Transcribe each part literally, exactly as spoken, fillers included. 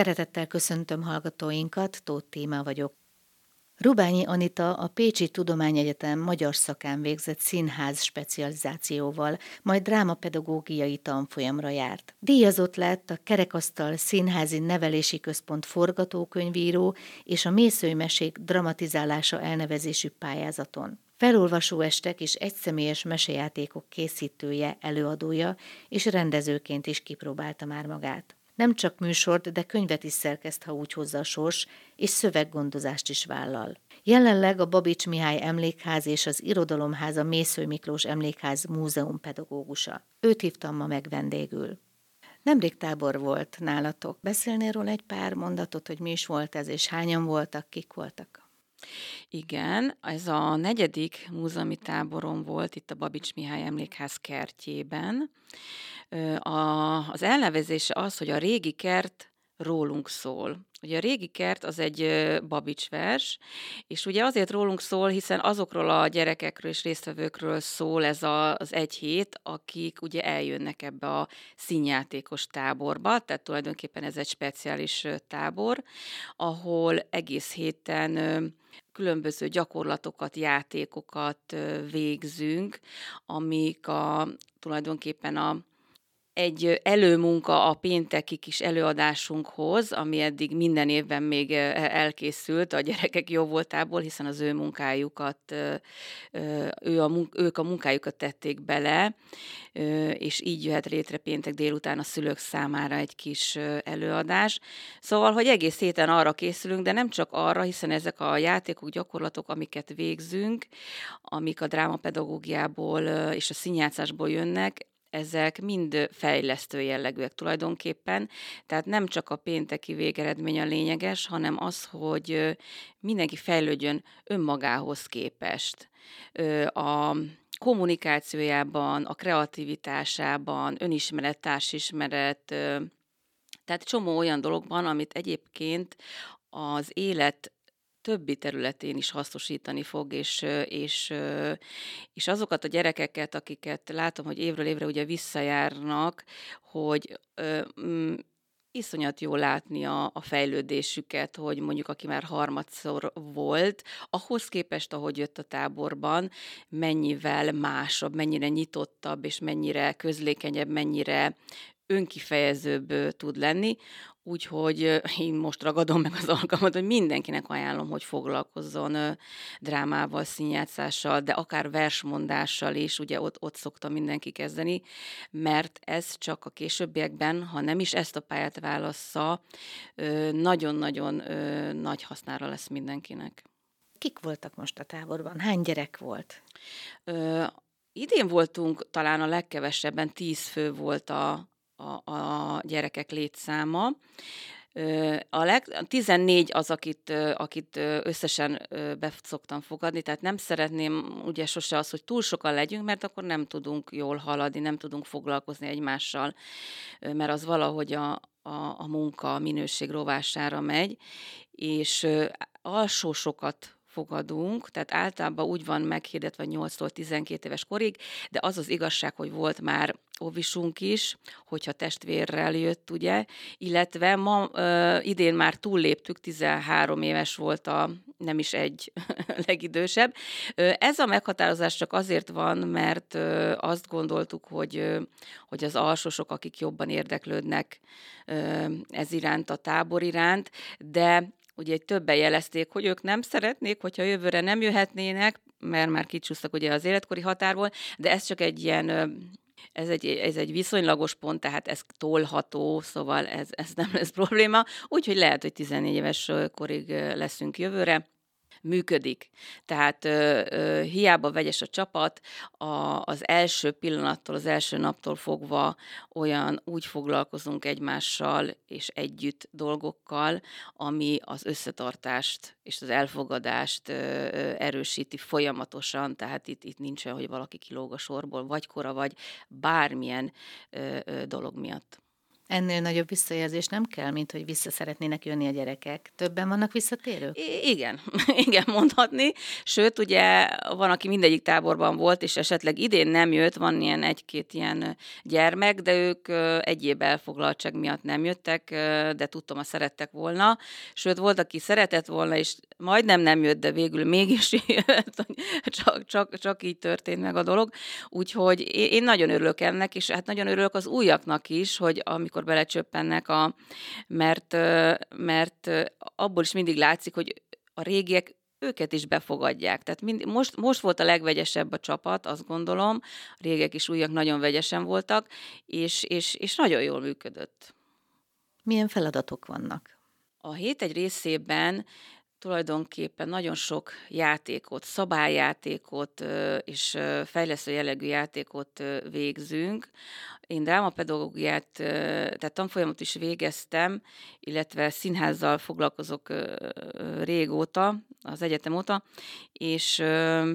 Szeretettel köszöntöm hallgatóinkat, Tóth Tíma vagyok. Rubányi Anita a Pécsi Tudományegyetem magyar szakán végzett színház specializációval, majd drámapedagógiai tanfolyamra járt. Díjazott lett a Kerekasztal Színházi Nevelési Központ forgatókönyvíró és a Mészői-mesék dramatizálása elnevezésű pályázaton. Felolvasóestek és egyszemélyes mesejátékok készítője, előadója és rendezőként is kipróbálta már magát. Nem csak műsort, de könyvet is szerkeszt, ha úgy hozza a sors, és szöveggondozást is vállal. Jelenleg a Babits Mihály Emlékház és az Irodalomháza Mészöly Miklós Emlékház múzeum pedagógusa. Őt hívtam ma meg vendégül. Nemrég tábor volt nálatok. Beszélnél róla egy pár mondatot, hogy mi is volt ez, és hányan voltak, kik voltak? Igen, ez a negyedik múzeumi táborom volt itt a Babits Mihály Emlékház kertjében. A, az elnevezése az, hogy a régi kert rólunk szól. Ugye a régi kert az egy Babits vers, és ugye azért rólunk szól, hiszen azokról a gyerekekről és résztvevőkről szól ez a, az egy hét, akik ugye eljönnek ebbe a színjátékos táborba, tehát tulajdonképpen ez egy speciális tábor, ahol egész héten különböző gyakorlatokat, játékokat végzünk, amik a, tulajdonképpen a egy előmunka a pénteki kis előadásunkhoz, ami eddig minden évben még elkészült a gyerekek jóvoltából, hiszen az ő munkájukat, ő a, ők a munkájukat tették bele, és így jöhet létre péntek délután a szülők számára egy kis előadás. Szóval, hogy egész héten arra készülünk, de nem csak arra, hiszen ezek a játékok, gyakorlatok, amiket végzünk, amik a drámapedagógiából és a színjátszásból jönnek, ezek mind fejlesztő jellegűek tulajdonképpen, tehát nem csak a pénteki végeredmény a lényeges, hanem az, hogy mindenki fejlődjön önmagához képest. A kommunikációjában, a kreativitásában, önismeret, társismeret, tehát csomó olyan dologban, amit egyébként az élet többi területén is hasznosítani fog, és, és, és azokat a gyerekeket, akiket látom, hogy évről évre ugye visszajárnak, hogy mm, iszonyat jó látni a, a fejlődésüket, hogy mondjuk aki már harmadszor volt, ahhoz képest, ahogy jött a táborban, mennyivel másabb, mennyire nyitottabb, és mennyire közlékenyebb, mennyire önkifejezőbb tud lenni. Úgyhogy én most ragadom meg az alkalmat, hogy mindenkinek ajánlom, hogy foglalkozzon drámával, színjátszással, de akár versmondással is, ugye ott, ott szokta mindenki kezdeni, mert ez csak a későbbiekben, ha nem is ezt a pályát válassza, nagyon-nagyon nagy hasznára lesz mindenkinek. Kik voltak most a táborban? Hány gyerek volt? Ö, idén voltunk talán a legkevesebben, tíz fő volt a A, a gyerekek létszáma. A leg, tizennégy az, akit, akit összesen be szoktam fogadni, tehát nem szeretném ugye sose az, hogy túl sokan legyünk, mert akkor nem tudunk jól haladni, nem tudunk foglalkozni egymással, mert az valahogy a, a, a munka, a minőség rovására megy, és alsósokat fogadunk, tehát általában úgy van meghirdetve nyolctól tizenkét éves korig, de az az igazság, hogy volt már óvisunk is, hogyha testvérrel jött, ugye, illetve ma ö, idén már túlléptük, tizenhárom éves volt a nem is egy legidősebb. Ez a meghatározás csak azért van, mert ö, azt gondoltuk, hogy, ö, hogy az alsósok, akik jobban érdeklődnek ö, ez iránt, a tábor iránt, de ugye többen jelezték, hogy ők nem szeretnék, hogyha jövőre nem jöhetnének, mert már kicsúsztak ugye az életkori határból, de ez csak egy ilyen, ez egy, ez egy viszonylagos pont, tehát ez tolható, szóval ez, ez nem lesz probléma, úgyhogy lehet, hogy tizennégy éves korig leszünk jövőre. Működik. Tehát ö, ö, hiába vegyes a csapat, a, az első pillanattól, az első naptól fogva olyan úgy foglalkozunk egymással és együtt dolgokkal, ami az összetartást és az elfogadást ö, ö, erősíti folyamatosan, tehát itt, itt nincs olyan, hogy valaki kilóg a sorból, vagy kora, vagy bármilyen ö, ö, dolog miatt. Ennél nagyobb visszajelzés nem kell, mint hogy vissza szeretnének jönni a gyerekek. Többen vannak visszatérők? I- igen, igen mondhatni. Sőt, ugye van, aki mindegyik táborban volt, és esetleg idén nem jött, van ilyen egy-két ilyen gyermek, de ők ö, egyéb elfoglaltság miatt nem jöttek, ö, de tudtam, ha szerettek volna. Sőt, volt, aki szeretett volna, és majdnem nem jött, de végül mégis jött. csak, csak, csak így történt meg a dolog. Úgyhogy én én nagyon örülök ennek, és hát nagyon örülök az újaknak is, hogy amikor belecsöppennek a, mert, ö, mert ö, abból is mindig látszik, hogy a régiek őket is befogadják. Tehát mind, most, most volt a legvegyesebb a csapat, azt gondolom, a régiek és újak nagyon vegyesen voltak, és, és, és nagyon jól működött. Milyen feladatok vannak? A hét egy részében tulajdonképpen nagyon sok játékot, szabályjátékot ö, és ö, fejlesztő jellegű játékot ö, végzünk. Én drámapedagógiát, ö, tehát tanfolyamot is végeztem, illetve színházzal foglalkozok ö, ö, régóta, az egyetem óta, és ö,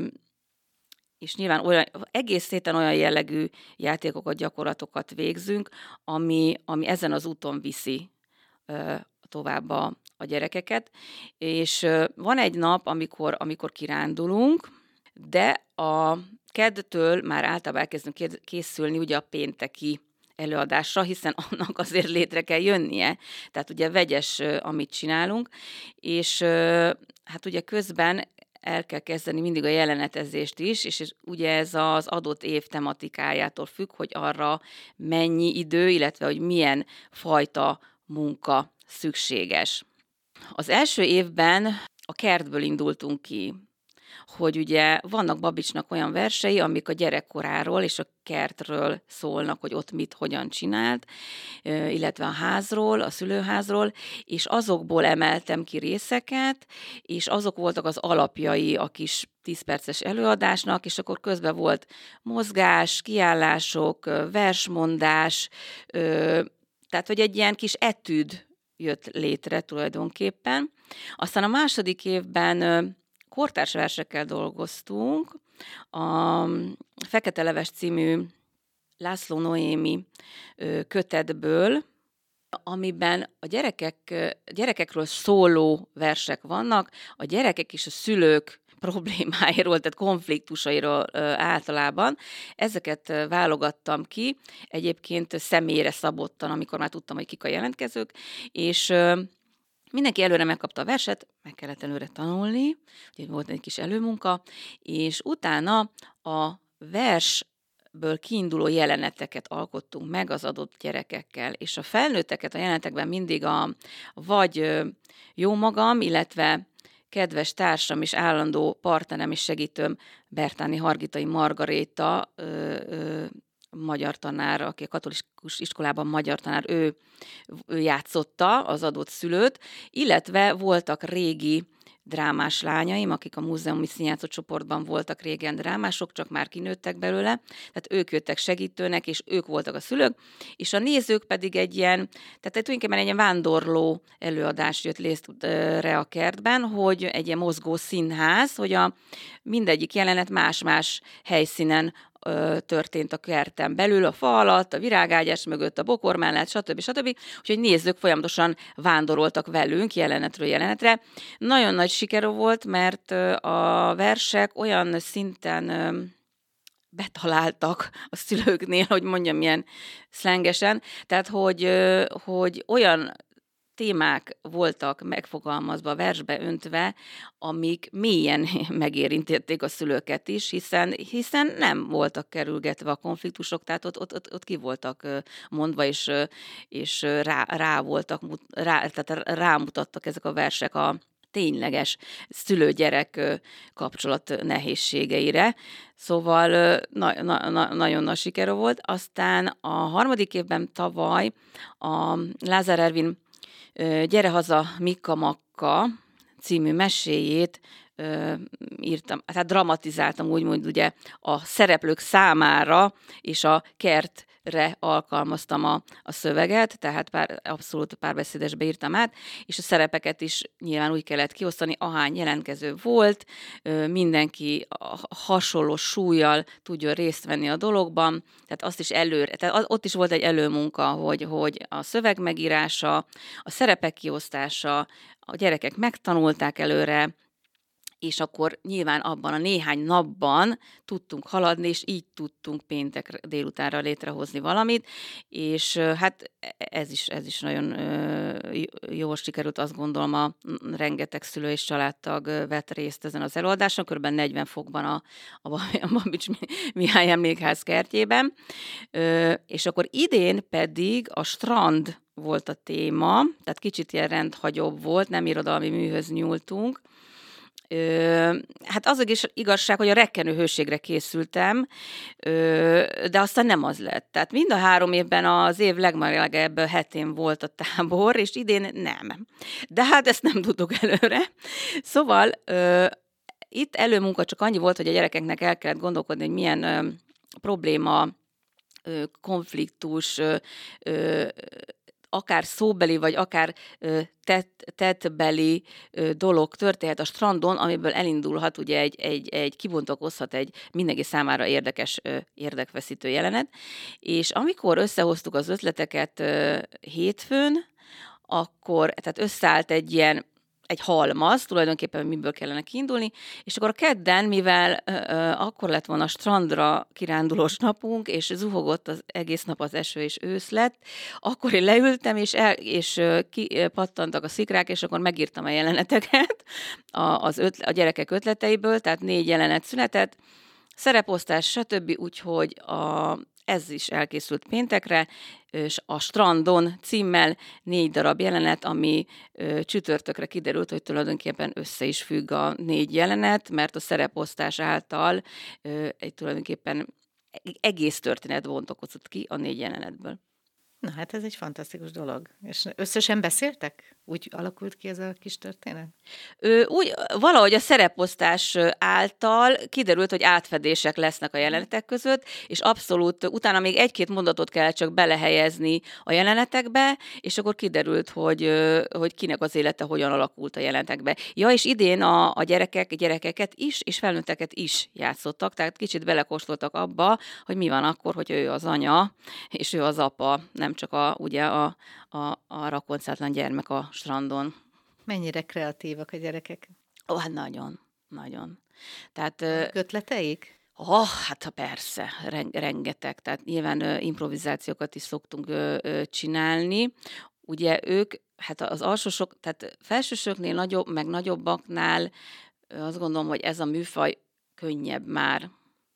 és nyilván olyan, egész héten olyan jellegű játékokat, gyakorlatokat végzünk, ami, ami ezen az úton viszi ö, tovább a, a gyerekeket. És ö, van egy nap, amikor, amikor kirándulunk, de a keddtől már általában elkezdünk kéz- készülni ugye a pénteki előadásra, hiszen annak azért létre kell jönnie. Tehát ugye vegyes, ö, amit csinálunk, és ö, hát ugye közben el kell kezdeni mindig a jelenetezést is, és ez- ugye ez az adott év tematikájától függ, hogy arra mennyi idő, illetve hogy milyen fajta munka szükséges. Az első évben a kertből indultunk ki, hogy ugye vannak Babicsnak olyan versei, amik a gyerekkoráról és a kertről szólnak, hogy ott mit, hogyan csinált, ö, illetve a házról, a szülőházról, és azokból emeltem ki részeket, és azok voltak az alapjai a kis tíz perces előadásnak, és akkor közben volt mozgás, kiállások, ö, versmondás, ö, tehát hogy egy ilyen kis etüd jött létre tulajdonképpen. Aztán a második évben ö, kortárs versekkel dolgoztunk. A Fekete Leves című László Noémi ö, kötetből, amiben a gyerekek, ö, gyerekekről szóló versek vannak, a gyerekek és a szülők problémáiról, tehát konfliktusairól ö, általában. Ezeket ö, válogattam ki, egyébként személyre szabottan, amikor már tudtam, hogy kik a jelentkezők, és ö, mindenki előre megkapta a verset, meg kellett előre tanulni, ugye volt egy kis előmunka, és utána a versből kiinduló jeleneteket alkottunk meg az adott gyerekekkel, és a felnőtteket a jelenetekben mindig a vagy ö, jó magam, illetve kedves társam és állandó partnerem és segítőm Bertáni Hargitai Margaréta, ö, ö, magyar tanár, aki a katolikus iskolában magyar tanár, ő, ő játszotta az adott szülőt, illetve voltak régi drámás lányaim, akik a múzeumi színjátszó csoportban voltak régen drámások, csak már kinőttek belőle, tehát ők jöttek segítőnek, és ők voltak a szülők, és a nézők pedig egy ilyen, tehát tulajdonképpen egy ilyen vándorló előadás jött létre a kertben, hogy egy ilyen mozgó színház, hogy a mindegyik jelenet más-más helyszínen ö, történt a kerten belül, a fa alatt, a virágágyás mögött, a bokor mellett, stb. stb. Úgyhogy nézők folyamatosan vándoroltak velünk jelenetről jelenetre. Nagyon nagy siker volt, mert ö, a versek olyan szinten ö, betaláltak a szülőknél, hogy mondjam ilyen szlengesen, tehát hogy, ö, hogy olyan témák voltak megfogalmazva, versbe öntve, amik mélyen megérintették a szülőket is, hiszen, hiszen nem voltak kerülgetve a konfliktusok, tehát ott, ott, ott, ott ki voltak ö, mondva, és, ö, és ö, rá, rá voltak, mut- rá, tehát rámutattak ezek a versek a tényleges szülő-gyerek ö, kapcsolat nehézségeire. Szóval ö, na, na, na, nagyon nagy sikere volt. Aztán a harmadik évben tavaly a Lázár Ervin ö, Gyere haza, Mikka Makka című meséjét ö, írtam, tehát dramatizáltam úgymond ugye a szereplők számára és a kert re alkalmaztam a, a szöveget, tehát pár, abszolút párbeszédesbe írtam át, és a szerepeket is nyilván úgy kellett kiosztani, ahány jelentkező volt, mindenki hasonló súllyal tudjon részt venni a dologban, tehát azt is előre, tehát ott is volt egy előmunka, hogy, hogy a szöveg megírása, a szerepek kiosztása, a gyerekek megtanulták előre, és akkor nyilván abban a néhány napban tudtunk haladni, és így tudtunk péntek délutánra létrehozni valamit, és hát ez is, ez is nagyon jól sikerült, azt gondolom, a rengeteg szülő és családtag vett részt ezen az előadáson, kb. negyven fokban a, a Babics Mihály Emlékház kertjében, és akkor idén pedig a strand volt a téma, tehát kicsit ilyen rendhagyóbb volt, nem irodalmi műhöz nyúltunk. Ö, hát az is igazság, hogy a rekkenő hőségre készültem, ö, de aztán nem az lett. Tehát mind a három évben az év legmelegebb hetén volt a tábor, és idén nem. De hát ezt nem tudtuk előre. Szóval ö, itt előmunka csak annyi volt, hogy a gyerekeknek el kellett gondolkodni, hogy milyen ö, probléma, ö, konfliktus, ö, ö, akár szóbeli, vagy akár tett, tettbeli dolog történhet a strandon, amiből elindulhat ugye egy, egy, egy kibontakozhat egy mindenki számára érdekes, érdekfeszítő jelenet. És amikor összehoztuk az ötleteket hétfőn, akkor tehát összeállt egy ilyen egy halmaz, tulajdonképpen miből kellene kiindulni, és akkor a kedden, mivel ö, ö, akkor lett volna strandra kirándulós napunk, és zuhogott az egész nap az eső, és ősz lett, akkor én leültem, és, el, és kipattantak a szikrák, és akkor megírtam a jeleneteket a, az ötl- a gyerekek ötleteiből, tehát négy jelenet született, szereposztás, stb., úgyhogy a ez is elkészült péntekre, és a strandon címmel négy darab jelenet, ami ö, csütörtökre kiderült, hogy tulajdonképpen össze is függ a négy jelenet, mert a szereposztás által ö, egy tulajdonképpen egész történet bontakozott ki a négy jelenetből. Na hát ez egy fantasztikus dolog. És összesen beszéltek? Úgy alakult ki ez a kis történet? Ö, úgy, valahogy a szereposztás által kiderült, hogy átfedések lesznek a jelenetek között, és abszolút utána még egy-két mondatot kell csak belehelyezni a jelenetekbe, és akkor kiderült, hogy, hogy kinek az élete hogyan alakult a jelenetekbe. Ja, és idén a, a gyerekek, gyerekeket is, és felnőtteket is játszottak, tehát kicsit belekóstoltak abba, hogy mi van akkor, hogy ő az anya, és ő az apa, nem csak a, ugye a, a, a rakoncátlan gyermek a strandon. Mennyire kreatívak a gyerekek? Ó, hát nagyon, nagyon. Tehát, ötleteik? Oh, hát persze, rengeteg. Tehát nyilván ö, improvizációkat is szoktunk ö, ö, csinálni. Ugye ők, hát az alsósok, tehát felsősöknél nagyobb, meg nagyobbaknál ö, azt gondolom, hogy ez a műfaj könnyebb már.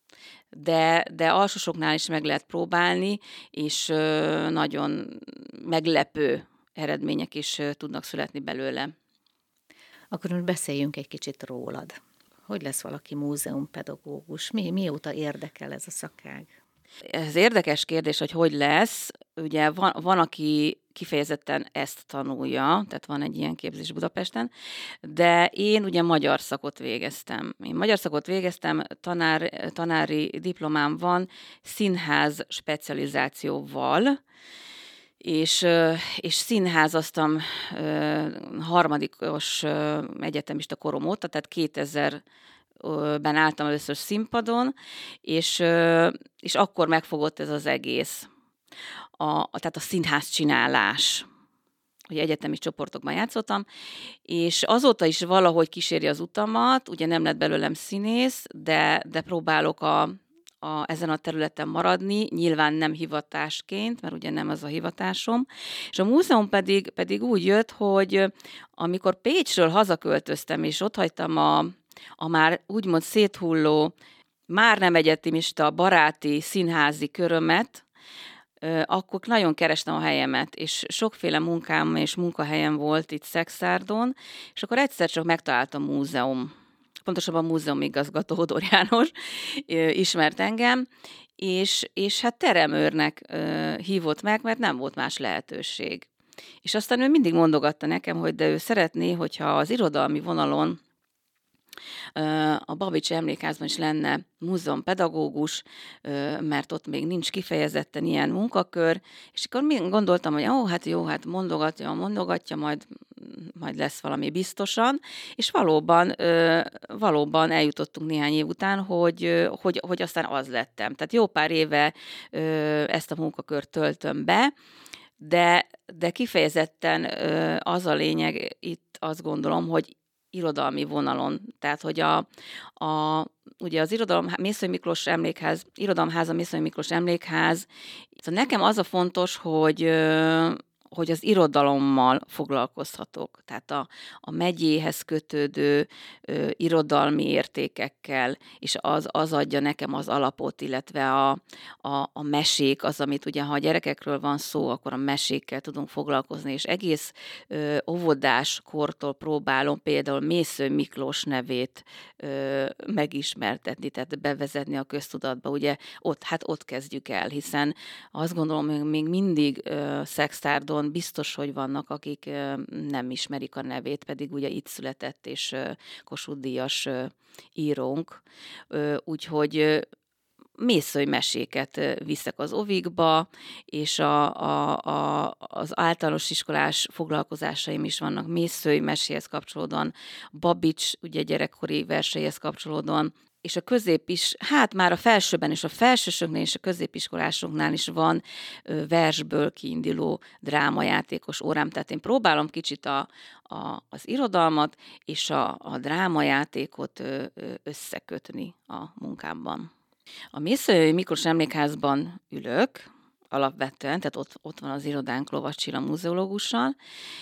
De, de alsósoknál is meg lehet próbálni, és ö, nagyon meglepő eredmények is ö, tudnak születni belőle. Akkor most beszéljünk egy kicsit rólad. Hogy lesz valaki múzeumpedagógus? Mi, mióta érdekel ez a szakág? Ez érdekes kérdés, hogy hogy lesz. Ugye van, van, aki kifejezetten ezt tanulja, tehát van egy ilyen képzés Budapesten, de én ugye magyar szakot végeztem. Én magyar szakot végeztem, tanár, tanári diplomám van, színház specializációval, és, és színházaztam harmadikos egyetemista korom óta, tehát kétezerben álltam először színpadon, és, és akkor megfogott ez az egész, a, tehát a színház csinálás. Ugye egyetemi csoportokban játszottam, és azóta is valahogy kíséri az utamat, ugye nem lett belőlem színész, de, de próbálok a A, ezen a területen maradni, nyilván nem hivatásként, mert ugye nem az a hivatásom. És a múzeum pedig, pedig úgy jött, hogy amikor Pécsről hazaköltöztem, és ott hagytam a, a már úgymond széthulló, már nem egyetemista, baráti, színházi körömet, akkor nagyon kerestem a helyemet, és sokféle munkám és munkahelyem volt itt Szekszárdon, és akkor egyszer csak megtaláltam a múzeum. Pontosabban a múzeumigazgató Hodor János ismert engem, és, és hát teremőrnek uh, hívott meg, mert nem volt más lehetőség. És aztán ő mindig mondogatta nekem, hogy de ő szeretné, hogyha az irodalmi vonalon A Babics Emlékházban is lenne múzeumpedagógus, mert ott még nincs kifejezetten ilyen munkakör, és akkor még gondoltam, hogy ó, hát jó, hát mondogatja, mondogatja, majd, majd lesz valami biztosan, és valóban, valóban eljutottunk néhány év után, hogy, hogy, hogy aztán az lettem. Tehát jó pár éve ezt a munkakört töltöm be, de, de kifejezetten az a lényeg, itt azt gondolom, hogy irodalmi vonalon. Tehát, hogy a, a, ugye az irodalom, Mészöly Miklós Emlékház, Irodalomháza Mészöly Miklós Emlékház, szóval nekem az a fontos, hogy, hogy az irodalommal foglalkozhatok. Tehát a, a megyéhez kötődő ö, irodalmi értékekkel, és az, az adja nekem az alapot, illetve a, a, a mesék, az, amit ugye, ha a gyerekekről van szó, akkor a mesékkel tudunk foglalkozni, és egész ö, óvodás kortól próbálom például Mészöly Miklós nevét ö, megismertetni, tehát bevezetni a köztudatba. Ugye ott, hát ott kezdjük el, hiszen azt gondolom, hogy még mindig ö, Szextárdon biztos, hogy vannak, akik nem ismerik a nevét, pedig ugye itt született, és Kossuth-díjas írónk. Úgyhogy Mészöly meséket viszek az ovikba, és a, a, a, az általános iskolás foglalkozásaim is vannak Mészöly meséhez kapcsolódóan, Babics ugye gyerekkori verseihez kapcsolódóan, és a közép is, hát már a felsőben és a felsősöknél és a középiskolásoknál is van ö, versből kiinduló drámajátékos órám. Tehát én próbálom kicsit a, a, az irodalmat és a, a drámajátékot ö, ö, összekötni a munkámban. A Mészöly Miklós Emlékházban ülök, alapvetően, tehát ott, ott van az irodánk Lovass Csilla múzeológussal,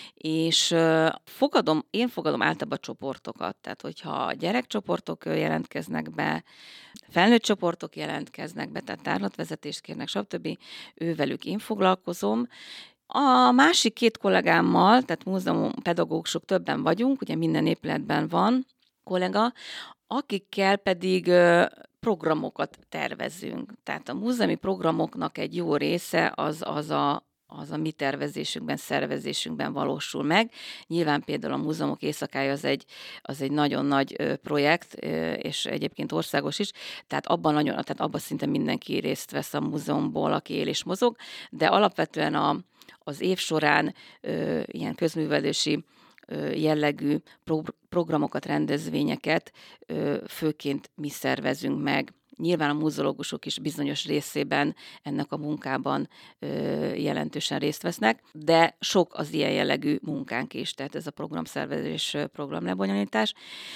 és fogadom, én fogadom általában csoportokat, tehát hogyha gyerekcsoportok jelentkeznek be, felnőtt csoportok jelentkeznek be, tehát tárlatvezetést kérnek, stb. Ővelük én foglalkozom. A másik két kollégámmal, tehát múzeumpedagógusok többen vagyunk, ugye minden épületben van kollega, akikkel pedig programokat tervezünk. Tehát a múzeumi programoknak egy jó része az, az, a, az a mi tervezésünkben, szervezésünkben valósul meg. Nyilván például a Múzeumok Éjszakája az egy, az egy nagyon nagy projekt, és egyébként országos is, tehát abban, nagyon, tehát abban szinte mindenki részt vesz a múzeumból, aki él és mozog, de alapvetően a, az év során ö, ilyen közművelési jellegű programokat, rendezvényeket főként mi szervezünk meg. Nyilván a múzeológusok is bizonyos részében ennek a munkában jelentősen részt vesznek, de sok az ilyen jellegű munkánk is, tehát ez a programszervezés, programlebonyolítás.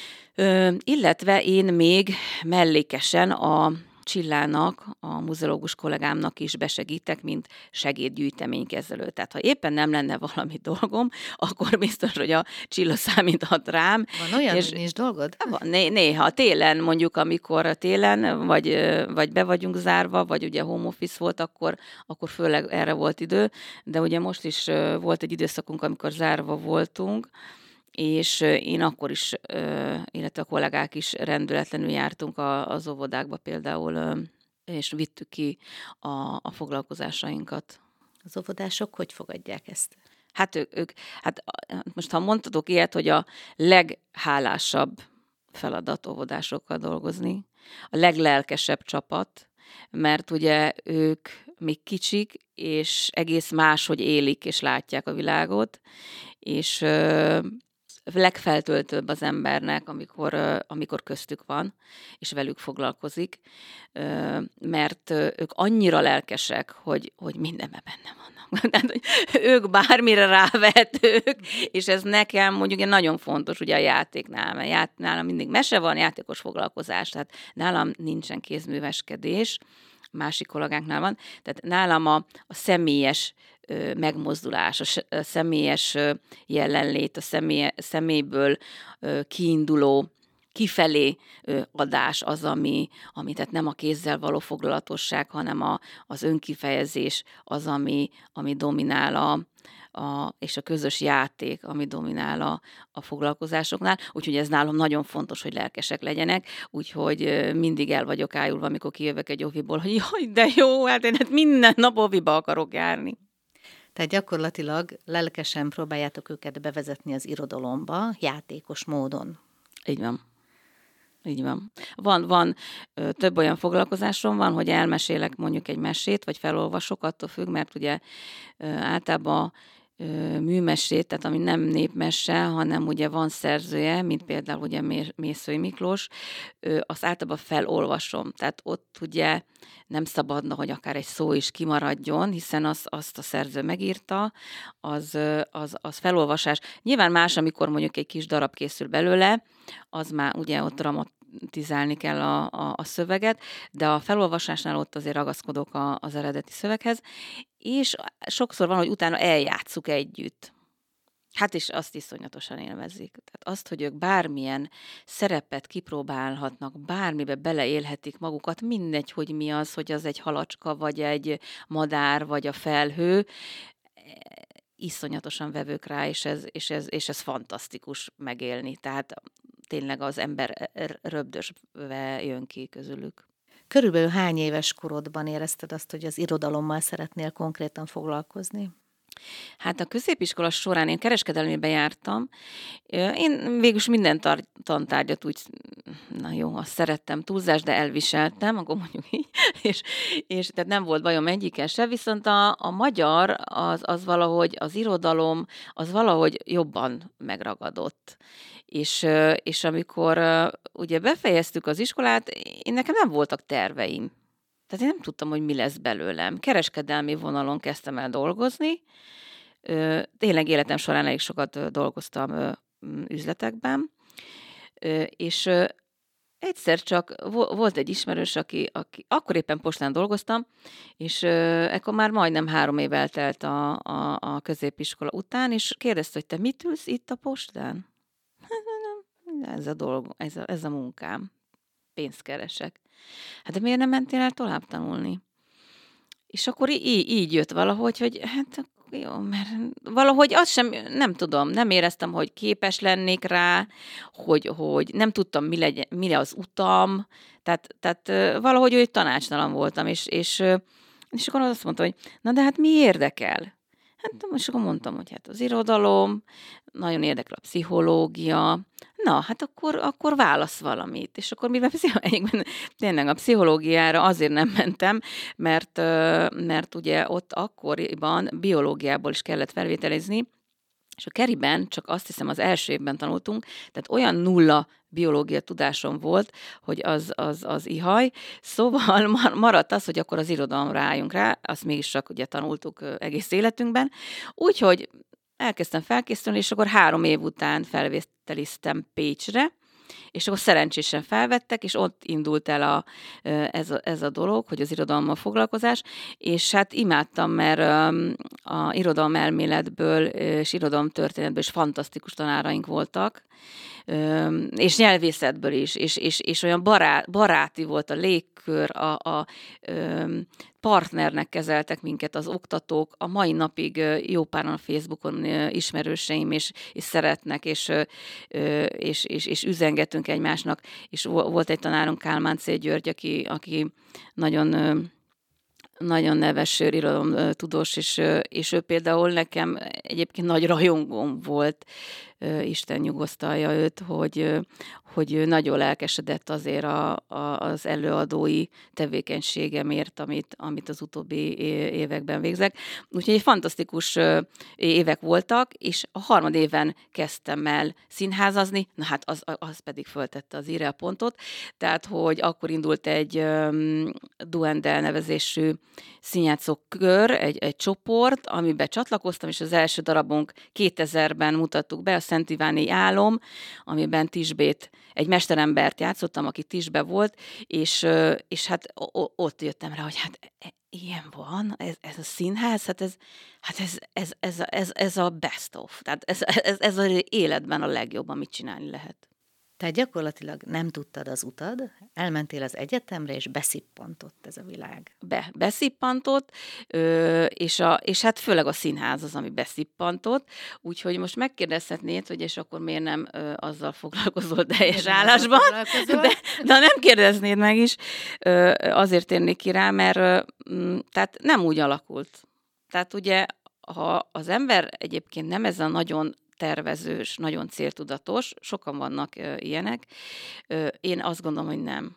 Illetve én még mellékesen a Csillának, a múzeológus kollégámnak is besegítek, mint segédgyűjteménykezelő. Tehát ha éppen nem lenne valami dolgom, akkor biztos, hogy a Csilla számíthat rám. Van olyan, és, hogy nincs dolgod? Van, né- néha télen, mondjuk amikor télen, vagy, vagy be vagyunk zárva, vagy ugye home office volt, akkor, akkor főleg erre volt idő, de ugye most is volt egy időszakunk, amikor zárva voltunk, és én akkor is, illetve a kollégák is rendületlenül jártunk az óvodákba például, és vittük ki a, a foglalkozásainkat. Az óvodások hogy fogadják ezt? Hát ők, ők, hát most ha mondhatok ilyet, hogy a leghálásabb feladat óvodásokkal dolgozni, a leglelkesebb csapat, mert ugye ők még kicsik, és egész máshogy élik és látják a világot, és legfeltöltőbb az embernek, amikor, amikor köztük van, és velük foglalkozik, mert ők annyira lelkesek, hogy, hogy mindenben benne vannak. Tehát, hogy ők bármire rávehetők, és ez nekem mondjuk nagyon fontos ugye a játéknál, mert ját, nálam mindig mese van, játékos foglalkozás, tehát nálam nincsen kézműveskedés, másik kollégánknál van, tehát nálam a, a személyes ö, megmozdulás, a, s- a személyes ö, jelenlét, a személy, személyből ö, kiinduló, kifelé ö, adás az, ami, ami, tehát nem a kézzel való foglalatosság, hanem a, az önkifejezés az, ami, ami dominál a, a, és a közös játék, ami dominál a, a foglalkozásoknál. Úgyhogy ez nálam nagyon fontos, hogy lelkesek legyenek, úgyhogy mindig el vagyok ájulva, amikor kijövök egy oviból, hogy jaj, de jó, hát én hát minden nap oviba akarok járni. Tehát gyakorlatilag lelkesen próbáljátok őket bevezetni az irodalomba, játékos módon. Így van. Így van. Van, van ö, több olyan foglalkozásom van, hogy elmesélek mondjuk egy mesét, vagy felolvasok, attól függ, mert ugye ö, általában ö, műmesét, tehát ami nem népmese, hanem ugye van szerzője, mint például ugye Mé- Mészői Miklós, ö, azt általában felolvasom. Tehát ott ugye nem szabadna, hogy akár egy szó is kimaradjon, hiszen az, azt a szerző megírta, az, ö, az, az felolvasás. Nyilván más, amikor mondjuk egy kis darab készül belőle, az már ugye ott dramatizálni kell a, a, a szöveget, de a felolvasásnál ott azért ragaszkodok a, az eredeti szöveghez, és sokszor van, hogy utána eljátszuk együtt. Hát és azt iszonyatosan élvezik. Tehát azt, hogy ők bármilyen szerepet kipróbálhatnak, bármibe beleélhetik magukat, mindegy, hogy mi az, hogy az egy halacska, vagy egy madár, vagy a felhő, iszonyatosan vevők rá, és ez, és ez, és ez fantasztikus megélni. Tehát tényleg az ember röbdösve jön ki közülük. Körülbelül hány éves korodban érezted azt, hogy az irodalommal szeretnél konkrétan foglalkozni? Hát a középiskola során én kereskedelmébe jártam. Én végülis minden tar- tantárgyat úgy, na jó, azt szerettem, túlzás, de elviseltem, akkor mondjuk így, és, és tehát nem volt bajom egyikkel se, viszont a, a magyar, az, az valahogy, az irodalom, az valahogy jobban megragadott. És, és amikor ugye befejeztük az iskolát, én nekem nem voltak terveim. Tehát én nem tudtam, hogy mi lesz belőlem. Kereskedelmi vonalon kezdtem el dolgozni. Tényleg életem során elég sokat dolgoztam üzletekben, és egyszer csak volt egy ismerős, aki, aki akkor éppen postán dolgoztam, és ekkor már majdnem három év eltelt a, a, a középiskola után, és kérdezte, hogy te mit ülsz itt a postán? Ez a dolog, ez a, ez a munkám. Pénzt keresek. Hát de miért nem mentél el tovább tanulni? És akkor így, így jött valahogy, hogy hát jó, mert valahogy azt sem, nem tudom, nem éreztem, hogy képes lennék rá, hogy, hogy nem tudtam, mi legyen, mire az utam, tehát, tehát valahogy úgy tanácstalan voltam, és, és, és akkor azt mondta, hogy na de hát mi érdekel? Hát most akkor mondtam, hogy hát az irodalom, nagyon érdekel a pszichológia, na, hát akkor, akkor válasz valamit. És akkor mivel pszichológiában tényleg a pszichológiára azért nem mentem, mert, mert ugye ott akkoriban biológiából is kellett felvételizni, és a Keriben csak azt hiszem az első évben tanultunk, tehát olyan nulla biológia tudásom volt, hogy az, az, az ihaj. Szóval maradt az, hogy akkor az irodalomra álljunk rá, azt mégis csak ugye tanultuk egész életünkben. Úgyhogy elkezdtem felkészülni, és akkor három év után felvételiztem Pécsre, és akkor szerencsésen felvettek, és ott indult el a, ez, a, ez a dolog, hogy az irodalommal foglalkozás, és hát imádtam, mert a irodalmelméletből és irodalomtörténetből is fantasztikus tanáraink voltak, és nyelvészetből is, és, és, és olyan barát, baráti volt a légkör, a, a partnernek kezeltek minket az oktatók, a mai napig jó páran a Facebookon ismerőseim, és, és szeretnek, és, és, és, és üzengetünk egymásnak, és volt egy tanárunk, Kálmán C. György, aki, aki nagyon nagyon neves irodalom tudós, és, és ő például nekem egyébként nagy rajongóm volt, Isten nyugosztalja őt, hogy, hogy ő nagyon lelkesedett azért a, a, az előadói tevékenységemért, amit, amit az utóbbi években végzek. Úgyhogy egy fantasztikus évek voltak, és a harmad éven kezdtem el színházazni, na hát az, az pedig föltette az írel pontot, tehát hogy akkor indult egy um, Duendel nevezésű színjátszókör, egy, egy csoport, amiben csatlakoztam, és az első darabunk kétezerben mutattuk be, a Szent Iváni Álom, amiben Tisbét, egy mesterembert játszottam, aki Tisbe volt, és, és hát ott jöttem rá, hogy hát ilyen van, ez, ez a színház, hát ez, hát ez, ez, ez, ez, ez a best of, tehát ez, ez, ez az életben a legjobb, amit csinálni lehet. Tehát gyakorlatilag nem tudtad az utad, elmentél az egyetemre, és beszippantott ez a világ. Be, beszippantott, és, a, és hát főleg a színház az, ami beszippantott, úgyhogy most megkérdezhetnéd, hogy és akkor miért nem ö, azzal foglalkozol teljes állásban, de, de nem kérdeznéd meg is, ö, azért térnék ki rá, mert ö, tehát nem úgy alakult. Tehát ugye, ha az ember egyébként nem ez a nagyon tervezős, nagyon céltudatos, sokan vannak ö, ilyenek. Ö, én azt gondolom, hogy nem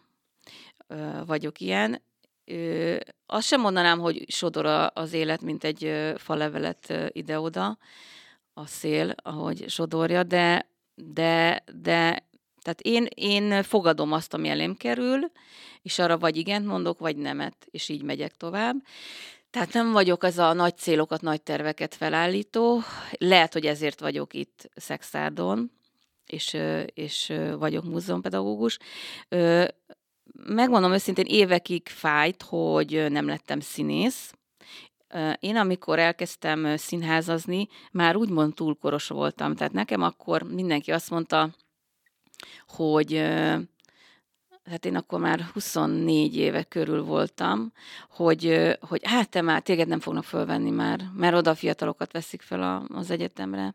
ö, vagyok ilyen. Ö, azt sem mondanám, hogy sodor a- az élet, mint egy ö, falevelet ö, ide-oda, a szél, ahogy sodorja, de, de, de tehát én, én fogadom azt, ami elém kerül, és arra vagy igent mondok, vagy nemet, és így megyek tovább. Tehát nem vagyok ez a nagy célokat, nagy terveket felállító. Lehet, hogy ezért vagyok itt Szexárdon, és, ö, és ö, vagyok múzeumpedagógus. Ö, Megmondom őszintén, évekig fájt, hogy ö, nem lettem színész. Ö, Én amikor elkezdtem ö, színházazni, már úgymond túlkoros voltam. Tehát nekem akkor mindenki azt mondta, hogy ö, hát én akkor már huszonnégy éve körül voltam, hogy, ö, hogy hát te már, téged nem fognak fölvenni már, mert oda a fiatalokat veszik fel a, az egyetemre.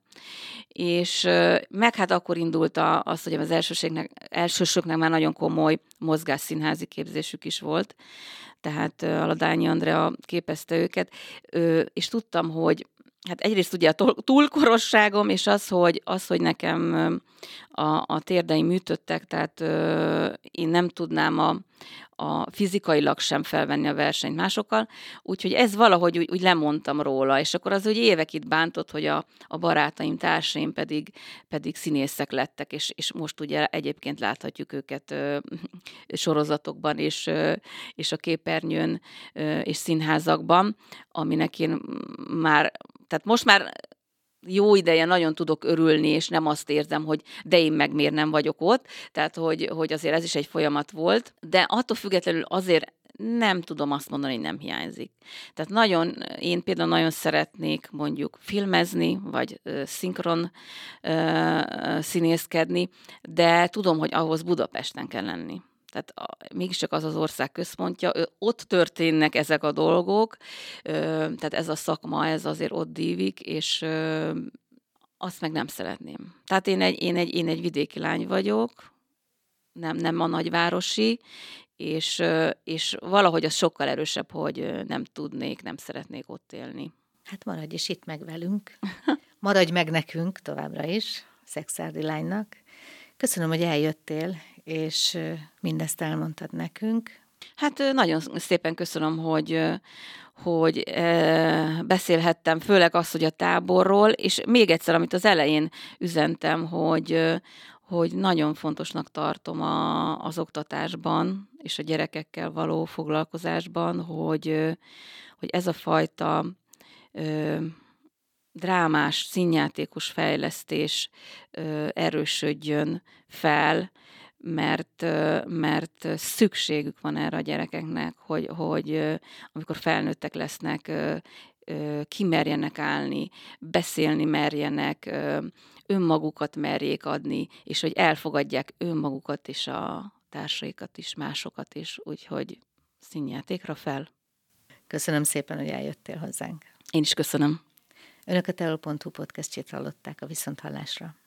És ö, meg hát akkor indult a- az, hogy az elsőségnek, elsősöknek már nagyon komoly mozgásszínházi képzésük is volt, tehát ö, a Ladányi Andrea képezte őket, ö, és tudtam, hogy hát egyrészt ugye a tol- túlkorosságom, és az, hogy, az, hogy nekem ö, a, a térdeim műtöttek, tehát ö, én nem tudnám a, a fizikailag sem felvenni a versenyt másokkal, úgyhogy ez valahogy úgy, úgy lemondtam róla, és akkor az úgy évekig bántott, hogy a, a barátaim, társaim pedig, pedig színészek lettek, és, és most ugye egyébként láthatjuk őket ö, sorozatokban, és, ö, és a képernyőn, ö, és színházakban, aminek én már, tehát most már jó ideje nagyon tudok örülni, és nem azt érzem, hogy de én meg miért nem vagyok ott, tehát hogy, hogy azért ez is egy folyamat volt, de attól függetlenül azért nem tudom azt mondani, hogy nem hiányzik. Tehát nagyon, én például nagyon szeretnék mondjuk filmezni, vagy ö, szinkron ö, színészkedni, de tudom, hogy ahhoz Budapesten kell lenni. Tehát a, mégiscsak az az ország központja, ö, ott történnek ezek a dolgok, ö, tehát ez a szakma, ez azért ott dívik, és ö, azt meg nem szeretném. Tehát én egy, én egy, én egy vidéki lány vagyok, nem, nem a nagyvárosi, és, ö, és valahogy az sokkal erősebb, hogy ö, nem tudnék, nem szeretnék ott élni. Hát maradj is itt meg velünk. Maradj meg nekünk továbbra is, Szexárdi lánynak. Köszönöm, hogy eljöttél, és ö, mindezt elmondtad nekünk. Hát ö, nagyon szépen köszönöm, hogy, ö, hogy ö, beszélhettem, főleg azt, hogy a táborról, és még egyszer, amit az elején üzentem, hogy, ö, hogy nagyon fontosnak tartom a, az oktatásban és a gyerekekkel való foglalkozásban, hogy, ö, hogy ez a fajta ö, drámás, színjátékos fejlesztés ö, erősödjön fel, mert, ö, mert szükségük van erre a gyerekeknek, hogy, hogy ö, amikor felnőttek lesznek, ö, ö, kimerjenek állni, beszélni merjenek, ö, önmagukat merjék adni, és hogy elfogadják önmagukat és a társaikat is, másokat is, úgyhogy színjátékra fel. Köszönöm szépen, hogy eljöttél hozzánk. Én is köszönöm. Önök a teol pont hu podcastjét hallották, a viszonthallásra.